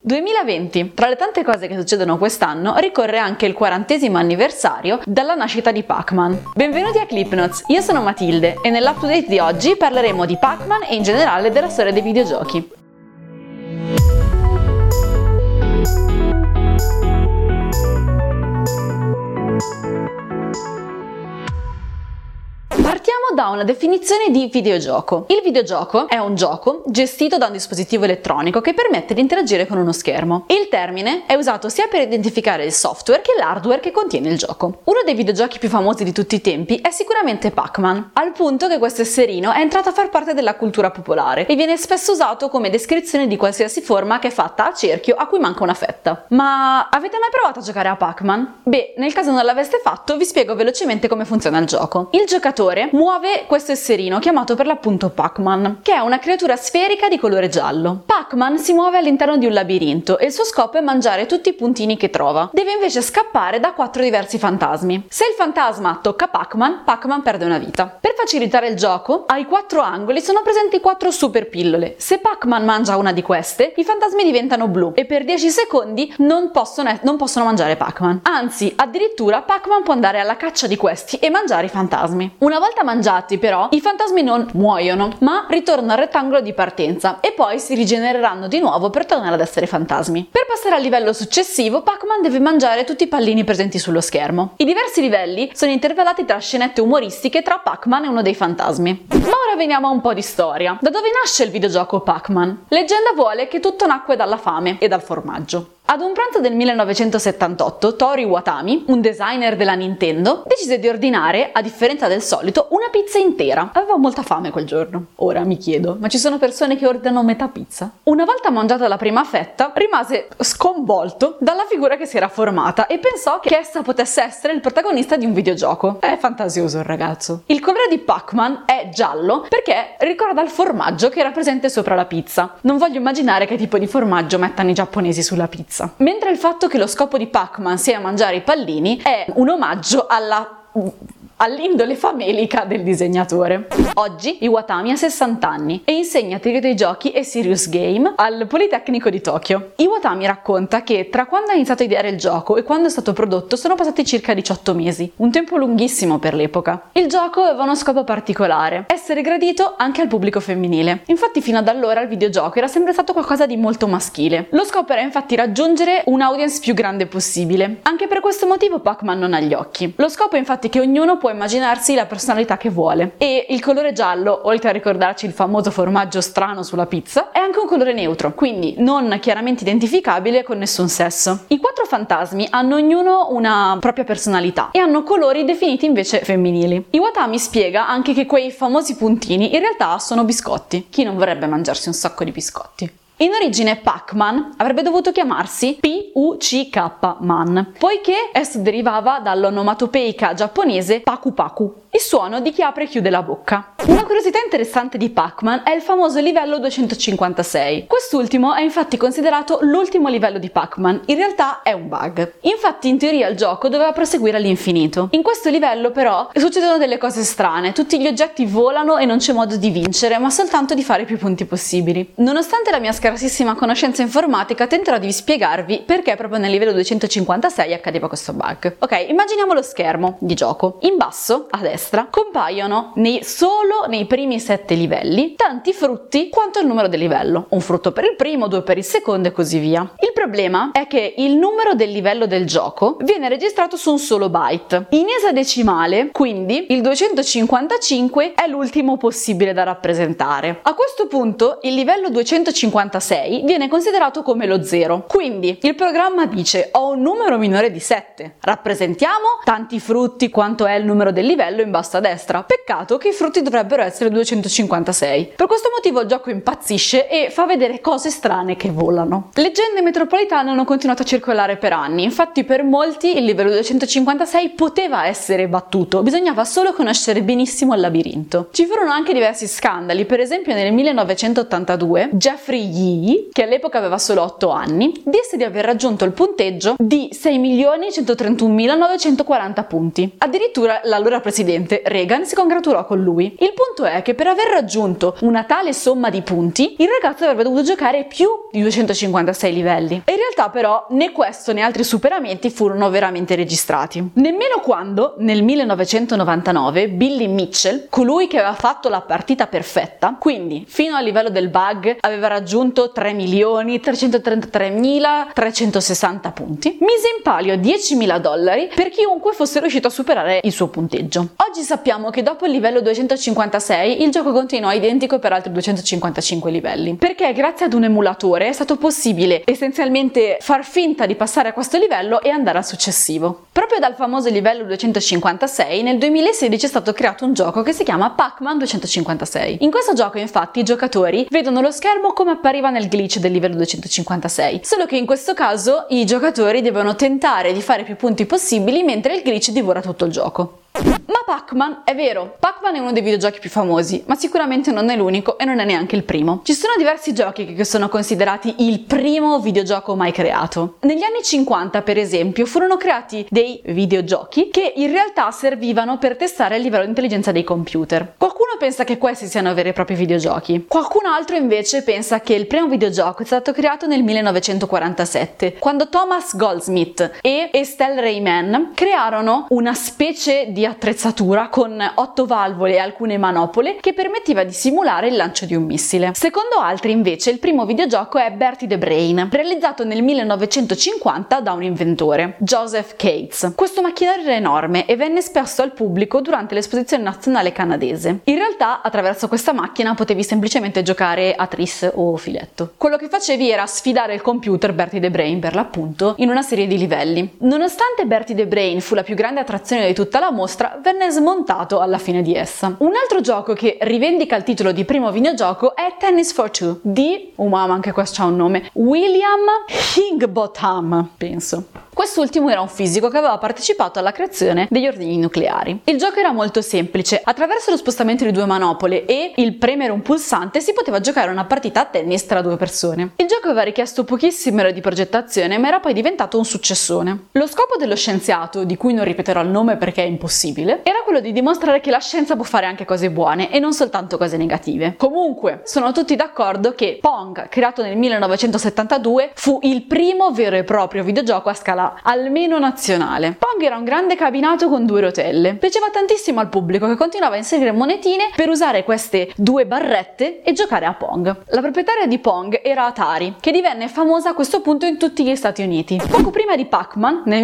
2020. Tra le tante cose che succedono quest'anno ricorre anche il 40° anniversario dalla nascita di Pac-Man. Benvenuti a ClipNotes, io sono Matilde e nell'UpToDate di oggi parleremo di Pac-Man e in generale della storia dei videogiochi. Partiamo da una definizione di videogioco. Il videogioco è un gioco gestito da un dispositivo elettronico che permette di interagire con uno schermo. Il termine è usato sia per identificare il software che l'hardware che contiene il gioco. Uno dei videogiochi più famosi di tutti i tempi è sicuramente Pac-Man, al punto che questo esserino è entrato a far parte della cultura popolare e viene spesso usato come descrizione di qualsiasi forma che è fatta a cerchio a cui manca una fetta. Ma avete mai provato a giocare a Pac-Man? Beh, nel caso non l'aveste fatto, vi spiego velocemente come funziona il gioco. Il giocatore muove questo esserino chiamato per l'appunto Pac-Man, che è una creatura sferica di colore giallo. Pac-Man si muove all'interno di un labirinto e il suo scopo è mangiare tutti i puntini che trova. Deve invece scappare da 4 diversi fantasmi. Se il fantasma tocca Pac-Man, Pac-Man perde una vita. Per facilitare il gioco, ai 4 angoli sono presenti 4 super pillole. Se Pac-Man mangia una di queste, i fantasmi diventano blu e per 10 secondi non possono mangiare Pac-Man. Anzi, addirittura Pac-Man può andare alla caccia di questi e mangiare i fantasmi. Una volta mangiati però, i fantasmi non muoiono, ma ritornano al rettangolo di partenza e poi si rigenereranno di nuovo per tornare ad essere fantasmi. Per passare al livello successivo, Pac-Man deve mangiare tutti i pallini presenti sullo schermo. I diversi livelli sono intervallati tra scenette umoristiche tra Pac-Man e uno dei fantasmi. Ma ora veniamo a un po' di storia. Da dove nasce il videogioco Pac-Man? Leggenda vuole che tutto nacque dalla fame e dal formaggio. Ad un pranzo del 1978, Toru Iwatani, un designer della Nintendo, decise di ordinare, a differenza del solito, una pizza intera. Aveva molta fame quel giorno. Ora mi chiedo, ma ci sono persone che ordinano metà pizza? Una volta mangiata la prima fetta, rimase sconvolto dalla figura che si era formata e pensò che essa potesse essere il protagonista di un videogioco. È fantasioso il ragazzo. Il colore di Pac-Man è giallo perché ricorda il formaggio che era presente sopra la pizza. Non voglio immaginare che tipo di formaggio mettano i giapponesi sulla pizza. Mentre il fatto che lo scopo di Pac-Man sia mangiare i pallini è un omaggio all'indole famelica del disegnatore. Oggi Iwatani ha 60 anni e insegna teoria dei giochi e serious game al Politecnico di Tokyo. Iwatani racconta che tra quando ha iniziato a ideare il gioco e quando è stato prodotto sono passati circa 18 mesi, un tempo lunghissimo per l'epoca. Il gioco aveva uno scopo particolare, essere gradito anche al pubblico femminile. Infatti fino ad allora il videogioco era sempre stato qualcosa di molto maschile. Lo scopo era infatti raggiungere un'audience più grande possibile. Anche per questo motivo Pac-Man non ha gli occhi. Lo scopo è infatti che ognuno può immaginarsi la personalità che vuole e il colore giallo, oltre a ricordarci il famoso formaggio strano sulla pizza, è anche un colore neutro, quindi non chiaramente identificabile con nessun sesso. I 4 fantasmi hanno ognuno una propria personalità e hanno colori definiti invece femminili. Iwatani spiega anche che quei famosi puntini in realtà sono biscotti. Chi non vorrebbe mangiarsi un sacco di biscotti? In origine Pac-Man avrebbe dovuto chiamarsi P-U-C-K-Man, poiché esso derivava dall'onomatopeica giapponese Paku Paku, il suono di chi apre e chiude la bocca. Una curiosità interessante di Pac-Man è il famoso livello 256. Quest'ultimo è infatti considerato l'ultimo livello di Pac-Man, in realtà è un bug. Infatti in teoria il gioco doveva proseguire all'infinito. In questo livello però succedono delle cose strane, tutti gli oggetti volano e non c'è modo di vincere, ma soltanto di fare più punti possibili. Nonostante la mia scarsissima conoscenza informatica, tenterò di spiegarvi perché proprio nel livello 256 accadeva questo bug. Ok, immaginiamo lo schermo di gioco. In basso, a destra, compaiono solo nei primi 7 livelli tanti frutti quanto il numero del livello. Un frutto per il primo, 2 per il secondo e così via. Il problema è che il numero del livello del gioco viene registrato su un solo byte. In esadecimale, quindi, il 255 è l'ultimo possibile da rappresentare. A questo punto, il livello 256 viene considerato come lo 0. Quindi, il programma dice: ho un numero minore di 7. Rappresentiamo tanti frutti quanto è il numero del livello in basso a destra. Peccato che i frutti dovrebbero essere 256. Per questo motivo il gioco impazzisce e fa vedere cose strane che volano. Leggende metropolitane hanno continuato a circolare per anni, infatti per molti il livello 256 poteva essere battuto, bisognava solo conoscere benissimo il labirinto. Ci furono anche diversi scandali, per esempio nel 1982 Jeffrey Yee, che all'epoca aveva solo 8 anni, disse di aver raggiunto il punteggio di 6.131.940 punti. Addirittura l'allora presidente Reagan si congratulò con lui. Il punto è che per aver raggiunto una tale somma di punti, il ragazzo avrebbe dovuto giocare più di 256 livelli. realtà però né questo né altri superamenti furono veramente registrati. Nemmeno quando, nel 1999, Billy Mitchell, colui che aveva fatto la partita perfetta, quindi fino al livello del bug aveva raggiunto 3.333.360 punti, mise in palio $10.000 per chiunque fosse riuscito a superare il suo punteggio. Oggi sappiamo che dopo il livello 256 il gioco continuò identico per altri 255 livelli, perché grazie ad un emulatore è stato possibile essenzialmente far finta di passare a questo livello e andare al successivo. Proprio dal famoso livello 256 nel 2016 è stato creato un gioco che si chiama Pac-Man 256. In questo gioco infatti i giocatori vedono lo schermo come appariva nel glitch del livello 256, solo che in questo caso i giocatori devono tentare di fare più punti possibili mentre il glitch divora tutto il gioco. Ma Pac-Man, è vero, Pac-Man è uno dei videogiochi più famosi, ma sicuramente non è l'unico e non è neanche il primo. Ci sono diversi giochi che sono considerati il primo videogioco mai creato. Negli anni 50, per esempio, furono creati dei videogiochi che in realtà servivano per testare il livello di intelligenza dei computer. Qualcuno pensa che questi siano veri e propri videogiochi. Qualcun altro invece pensa che il primo videogioco è stato creato nel 1947, quando Thomas Goldsmith e Estelle Rayman crearono una specie di attrezzatura con 8 valvole e alcune manopole che permetteva di simulare il lancio di un missile. Secondo altri invece il primo videogioco è Bertie the Brain, realizzato nel 1950 da un inventore, Joseph Cates. Questo macchinario era enorme e venne esposto al pubblico durante l'esposizione nazionale canadese. In realtà attraverso questa macchina potevi semplicemente giocare a tris o filetto. Quello che facevi era sfidare il computer Bertie the Brain per l'appunto in una serie di livelli. Nonostante Bertie the Brain fu la più grande attrazione di tutta la mostra, venne smontato alla fine di essa. Un altro gioco che rivendica il titolo di primo videogioco è Tennis for Two di, oh mamma, anche questo ha un nome, William Higginbotham, penso. Quest'ultimo era un fisico che aveva partecipato alla creazione degli ordigni nucleari. Il gioco era molto semplice. Attraverso lo spostamento di 2 manopole e il premere un pulsante si poteva giocare una partita a tennis tra 2 persone. Il gioco aveva richiesto pochissime ore di progettazione, ma era poi diventato un successone. Lo scopo dello scienziato, di cui non ripeterò il nome perché è impossibile, era quello di dimostrare che la scienza può fare anche cose buone e non soltanto cose negative. Comunque, sono tutti d'accordo che Pong, creato nel 1972, fu il primo vero e proprio videogioco a scala almeno nazionale. Pong era un grande cabinato con 2 rotelle. Piaceva tantissimo al pubblico che continuava a inserire monetine per usare queste 2 barrette e giocare a Pong. La proprietaria di Pong era Atari, che divenne famosa a questo punto in tutti gli Stati Uniti. Poco prima di Pac-Man, nel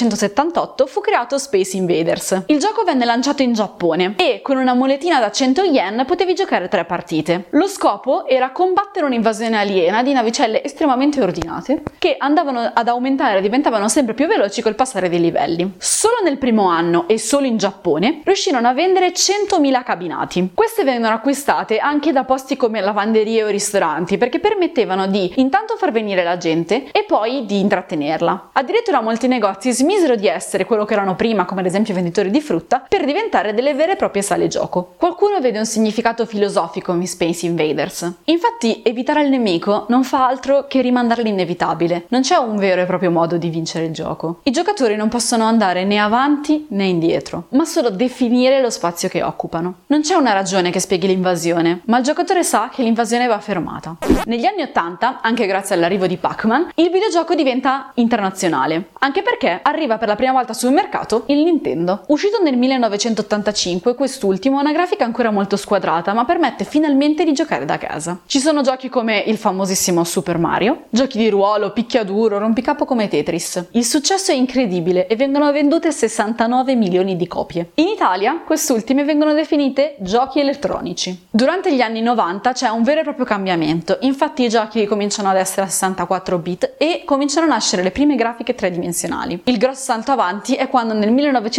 1978, fu creato Space Invaders. Il gioco venne lanciato in Giappone e con una monetina da 100 yen potevi giocare 3 partite. Lo scopo era combattere un'invasione aliena di navicelle estremamente ordinate che andavano ad aumentare e diventavano sempre più veloci col passare dei livelli. Solo nel primo anno e solo in Giappone riuscirono a vendere 100.000 cabinati. Queste vengono acquistate anche da posti come lavanderie o ristoranti perché permettevano di intanto far venire la gente e poi di intrattenerla. Addirittura molti negozi smisero di essere quello che erano prima, come ad esempio venditori di frutta, per diventare delle vere e proprie sale gioco. Qualcuno vede un significato filosofico in Space Invaders. Infatti evitare il nemico non fa altro che rimandare l'inevitabile. Non c'è un vero e proprio modo di vincere il gioco. I giocatori non possono andare né avanti né indietro, ma solo definire lo spazio che occupano. Non c'è una ragione che spieghi l'invasione, ma il giocatore sa che l'invasione va fermata. Negli anni 80, anche grazie all'arrivo di Pac-Man, il videogioco diventa internazionale, anche perché arriva per la prima volta sul mercato il Nintendo. Uscito nel 1985, quest'ultimo ha una grafica ancora molto squadrata, ma permette finalmente di giocare da casa. Ci sono giochi come il famosissimo Super Mario, giochi di ruolo, picchiaduro, rompicapo come Tetris. Il successo è incredibile e vengono vendute 69 milioni di copie. In Italia quest'ultime vengono definite giochi elettronici. Durante gli anni 90 c'è un vero e proprio cambiamento, infatti i giochi cominciano ad essere a 64 bit e cominciano a nascere le prime grafiche tridimensionali. Il grosso salto avanti è quando nel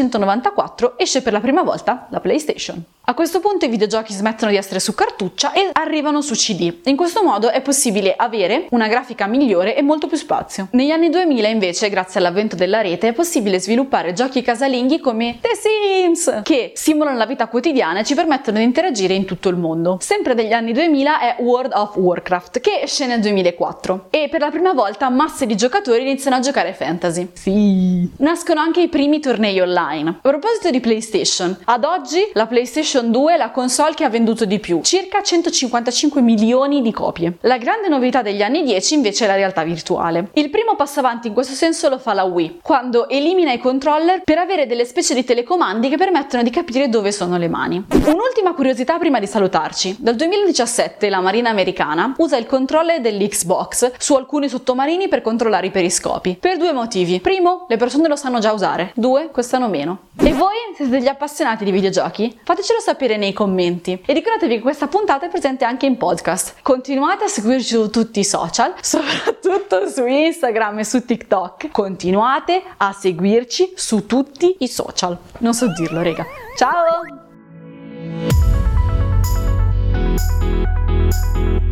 1994 esce per la prima volta la PlayStation. A questo punto i videogiochi smettono di essere su cartuccia e arrivano su CD. In questo modo è possibile avere una grafica migliore e molto più spazio. Negli anni 2000 invece, grazie all'avvento della rete, è possibile sviluppare giochi casalinghi come The Sims, che simulano la vita quotidiana e ci permettono di interagire in tutto il mondo. Sempre degli anni 2000 è World of Warcraft, che esce nel 2004 e per la prima volta masse di giocatori iniziano a giocare fantasy. Sì. Nascono anche i primi tornei online. A proposito di PlayStation, ad oggi la PlayStation PlayStation 2 è la console che ha venduto di più, circa 155 milioni di copie. La grande novità degli anni 10 invece è la realtà virtuale. Il primo passo avanti in questo senso lo fa la Wii, quando elimina i controller per avere delle specie di telecomandi che permettono di capire dove sono le mani. Un'ultima curiosità prima di salutarci. Dal 2017 la Marina americana usa il controller dell'Xbox su alcuni sottomarini per controllare i periscopi, per due motivi. Primo, le persone lo sanno già usare. Due, costano meno. E voi siete degli appassionati di videogiochi? Fatecelo sapere nei commenti e ricordatevi che questa puntata è presente anche in podcast. Continuate a seguirci su tutti i social, soprattutto su Instagram e su TikTok. Continuate a seguirci su tutti i social. Non so dirlo, raga. Ciao!